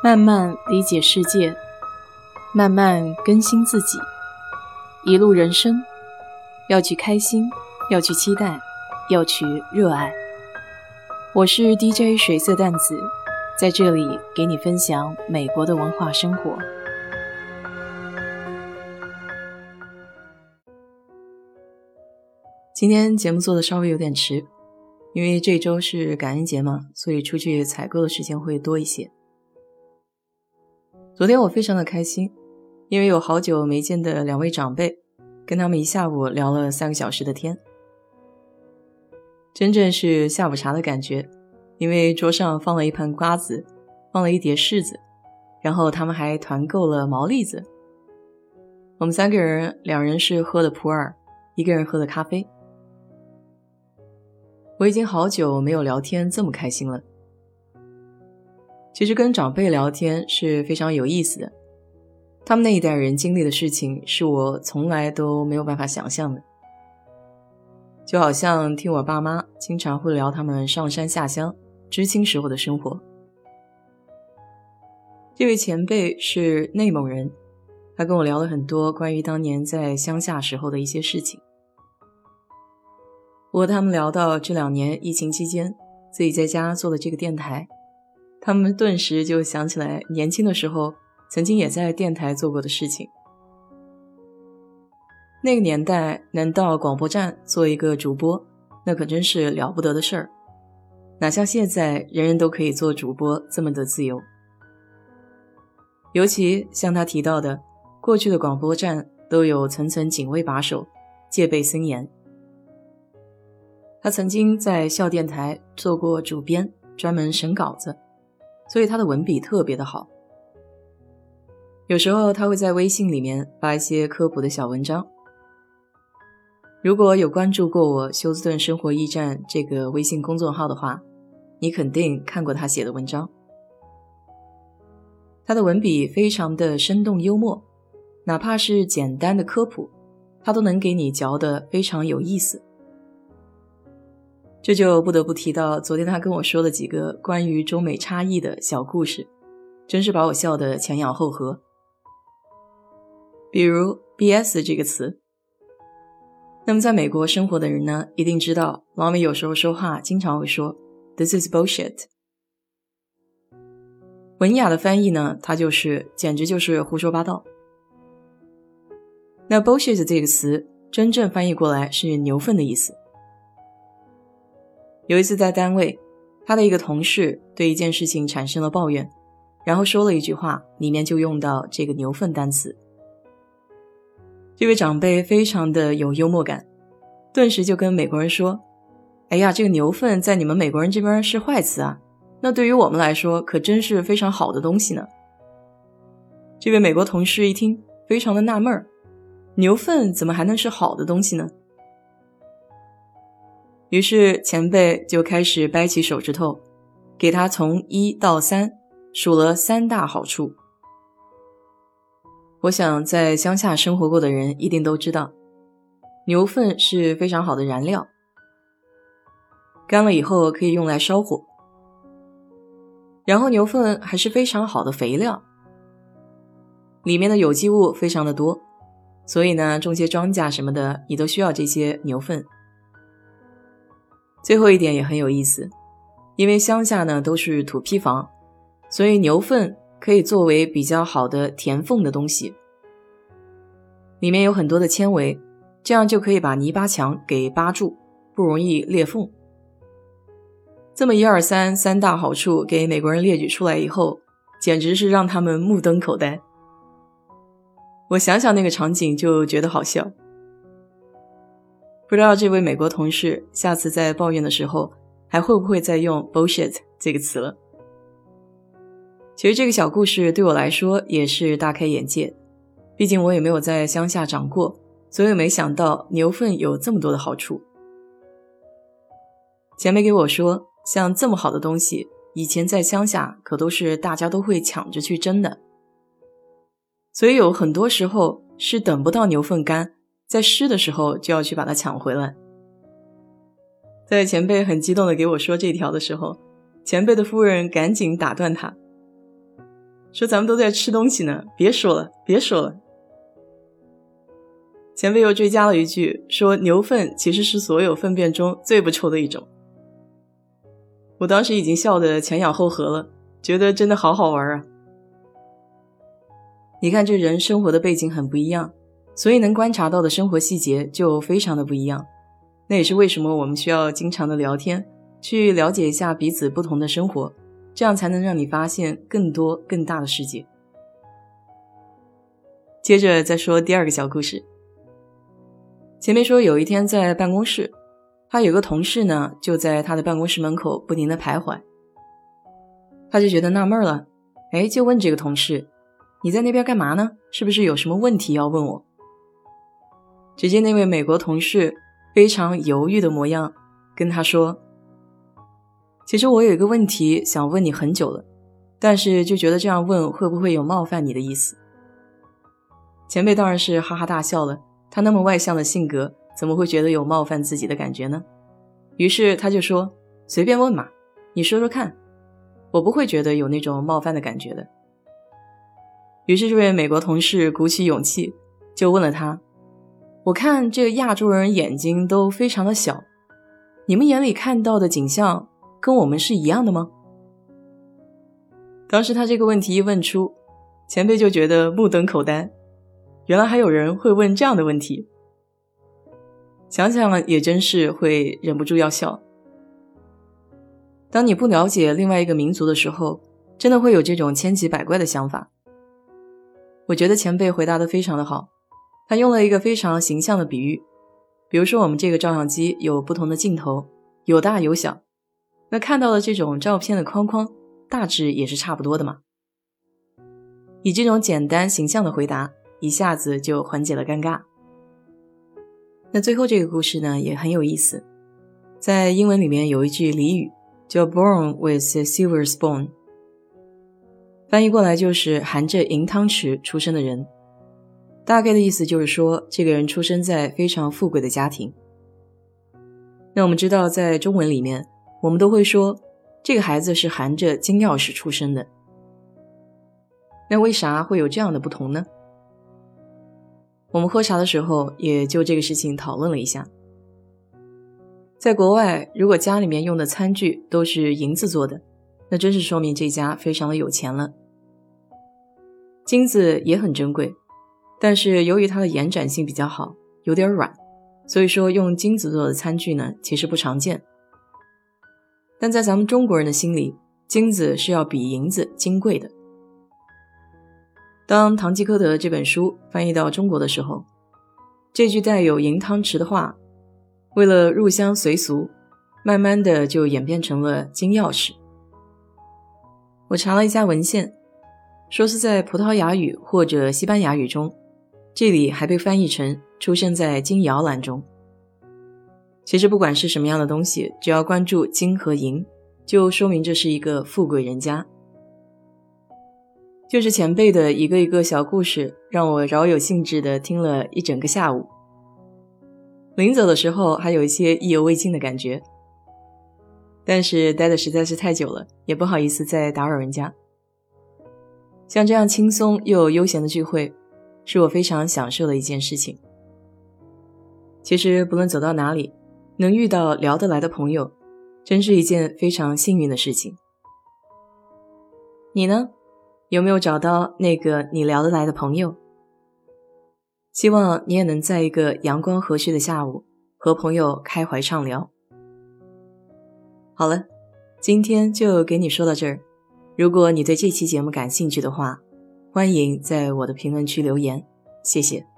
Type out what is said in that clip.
慢慢理解世界，慢慢更新自己，一路人生，要去开心，要去期待，要去热爱。我是 DJ 水色淡子，在这里给你分享美国的文化生活。今天节目做的稍微有点迟，因为这周是感恩节嘛，所以出去采购的时间会多一些。昨天我非常的开心，因为有好久没见的2位长辈，跟他们一下午聊了3个小时的天。真正是下午茶的感觉，因为桌上放了一盘瓜子，放了一碟柿子，然后他们还团购了毛栗子。我们3个人，2人是喝的普洱，1个人喝的咖啡。我已经好久没有聊天这么开心了。其实跟长辈聊天是非常有意思的，他们那一代人经历的事情是我从来都没有办法想象的。就好像听我爸妈经常会聊他们上山下乡知青时候的生活。这位前辈是内蒙人，他跟我聊了很多关于当年在乡下时候的一些事情。我和他们聊到这2年疫情期间自己在家做的这个电台，他们顿时就想起来年轻的时候曾经也在电台做过的事情。那个年代能到广播站做一个主播，那可真是了不得的事儿，哪像现在人人都可以做主播这么的自由。尤其像他提到的，过去的广播站都有层层警卫把守，戒备森严。他曾经在校电台做过主编，专门审稿子，所以他的文笔特别的好。有时候他会在微信里面发一些科普的小文章。如果有关注过我休斯顿生活驿站这个微信公众号的话，你肯定看过他写的文章。他的文笔非常的生动幽默，哪怕是简单的科普，他都能给你嚼得非常有意思。这就不得不提到昨天他跟我说的几个关于中美差异的小故事，真是把我笑得前仰后合。比如 BS 这个词，那么在美国生活的人呢，一定知道老美有时候说话经常会说 This is bullshit。 文雅的翻译呢，它简直就是胡说八道。那 bullshit 这个词真正翻译过来是牛粪的意思。有一次在单位，他的一个同事对一件事情产生了抱怨，然后说了一句话，里面就用到这个牛粪单词。这位长辈非常的有幽默感，顿时就跟美国人说，哎呀，这个牛粪在你们美国人这边是坏词啊，那对于我们来说可真是非常好的东西呢。这位美国同事一听非常的纳闷，牛粪怎么还能是好的东西呢？于是前辈就开始掰起手指头，给他从1到3数了3大好处。我想在乡下生活过的人一定都知道，牛粪是非常好的燃料，干了以后可以用来烧火，然后牛粪还是非常好的肥料，里面的有机物非常的多，所以呢，种些庄稼什么的你都需要这些牛粪。最后一点也很有意思，因为乡下呢都是土坯房，所以牛粪可以作为比较好的填缝的东西，里面有很多的纤维，这样就可以把泥巴墙给扒住，不容易裂缝。这么1、2、3大好处给美国人列举出来以后，简直是让他们目瞪口呆。我想想那个场景就觉得好笑。不知道这位美国同事下次在抱怨的时候还会不会再用 bullshit 这个词了。其实这个小故事对我来说也是大开眼界，毕竟我也没有在乡下长过，所以没想到牛粪有这么多的好处。前辈给我说，像这么好的东西以前在乡下可都是大家都会抢着去争的，所以有很多时候是等不到牛粪干，在湿的时候就要去把它抢回来。在前辈很激动地给我说这条的时候，前辈的夫人赶紧打断他， 说咱们都在吃东西呢，别说了，别说了。前辈又追加了一句，说牛粪其实是所有粪便中最不臭的一种。我当时已经笑得前仰后合了，觉得真的好好玩啊。你看这人生活的背景很不一样，所以能观察到的生活细节就非常的不一样。那也是为什么我们需要经常的聊天，去了解一下彼此不同的生活，这样才能让你发现更多更大的世界。接着再说第二个小故事。前面说有一天在办公室，他有个同事呢，就在他的办公室门口不停地徘徊。他就觉得纳闷了，就问这个同事，你在那边干嘛呢？是不是有什么问题要问我？只见那位美国同事非常犹豫的模样，跟他说，其实我有一个问题想问你很久了，但是就觉得这样问会不会有冒犯你的意思。前辈当然是哈哈大笑了，他那么外向的性格，怎么会觉得有冒犯自己的感觉呢？于是他就说，随便问嘛，你说说看，我不会觉得有那种冒犯的感觉的。于是这位美国同事鼓起勇气，就问了他，我看这个亚洲人眼睛都非常的小，你们眼里看到的景象跟我们是一样的吗？当时他这个问题一问出，前辈就觉得目瞪口呆，原来还有人会问这样的问题。想想也真是会忍不住要笑。当你不了解另外一个民族的时候，真的会有这种千奇百怪的想法。我觉得前辈回答得非常的好，他用了一个非常形象的比喻，比如说我们这个照相机有不同的镜头，有大有小，那看到的这种照片的框框大致也是差不多的嘛。以这种简单形象的回答，一下子就缓解了尴尬。那最后这个故事呢也很有意思，在英文里面有一句俚语叫 born with a silver spoon， 翻译过来就是含着银汤匙出生的人，大概的意思就是说这个人出生在非常富贵的家庭。那我们知道在中文里面我们都会说这个孩子是含着金钥匙出生的，那为啥会有这样的不同呢？我们喝茶的时候也就这个事情讨论了一下。在国外，如果家里面用的餐具都是银子做的，那真是说明这家非常的有钱了。金子也很珍贵，但是由于它的延展性比较好，有点软，所以说用金子做的餐具呢其实不常见。但在咱们中国人的心里，金子是要比银子金贵的。当《堂吉诃德》这本书翻译到中国的时候，这句带有银汤匙的话，为了入乡随俗，慢慢的就演变成了金钥匙。我查了一下文献，说是在葡萄牙语或者西班牙语中，这里还被翻译成出生在金摇篮中。其实不管是什么样的东西，只要关注金和银，就说明这是一个富贵人家。就是前辈的一个一个小故事，让我饶有兴致地听了一整个下午。临走的时候还有一些意犹未尽的感觉，但是待的实在是太久了，也不好意思再打扰人家。像这样轻松又悠闲的聚会，是我非常享受的一件事情。其实不论走到哪里，能遇到聊得来的朋友，真是一件非常幸运的事情。你呢？有没有找到那个你聊得来的朋友？希望你也能在一个阳光和煦的下午，和朋友开怀畅聊。好了，今天就给你说到这儿。如果你对这期节目感兴趣的话，欢迎在我的评论区留言，谢谢。